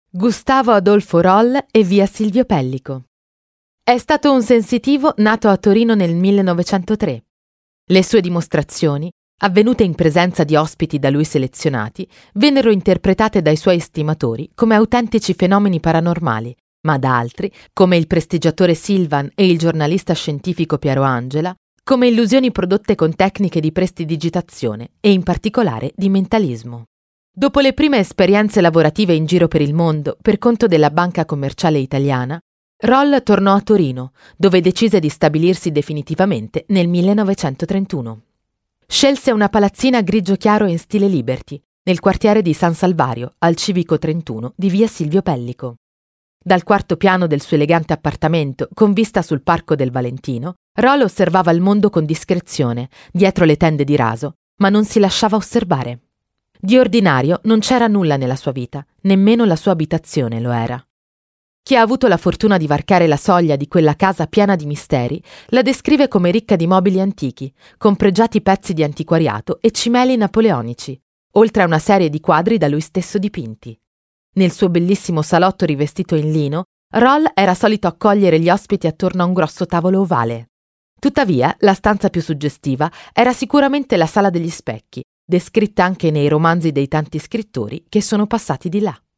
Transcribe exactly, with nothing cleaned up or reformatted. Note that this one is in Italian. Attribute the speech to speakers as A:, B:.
A: Gustavo Adolfo Roll e via Silvio Pellico. È stato un sensitivo nato a Torino nel millenovecentotre. Le sue dimostrazioni, avvenute in presenza di ospiti da lui selezionati, vennero interpretate dai suoi stimatori come autentici fenomeni paranormali, ma da altri, come il prestigiatore Silvan e il giornalista scientifico Piero Angela, come illusioni prodotte con tecniche di prestidigitazione e in particolare di mentalismo. Dopo le prime esperienze lavorative in giro per il mondo per conto della Banca Commerciale Italiana, Roll tornò a Torino, dove decise di stabilirsi definitivamente nel millenovecentotrentuno. Scelse una palazzina grigio chiaro in stile Liberty, nel quartiere di San Salvario, al civico trentuno di via Silvio Pellico. Dal quarto piano del suo elegante appartamento, con vista sul Parco del Valentino, Roll osservava il mondo con discrezione, dietro le tende di raso, ma non si lasciava osservare. Di ordinario non c'era nulla nella sua vita, nemmeno la sua abitazione lo era. Chi ha avuto la fortuna di varcare la soglia di quella casa piena di misteri la descrive come ricca di mobili antichi, con pregiati pezzi di antiquariato e cimeli napoleonici, oltre a una serie di quadri da lui stesso dipinti. Nel suo bellissimo salotto rivestito in lino, Roll era solito accogliere gli ospiti attorno a un grosso tavolo ovale. Tuttavia, la stanza più suggestiva era sicuramente la Sala degli Specchi, descritta anche nei romanzi dei tanti scrittori che sono passati di là.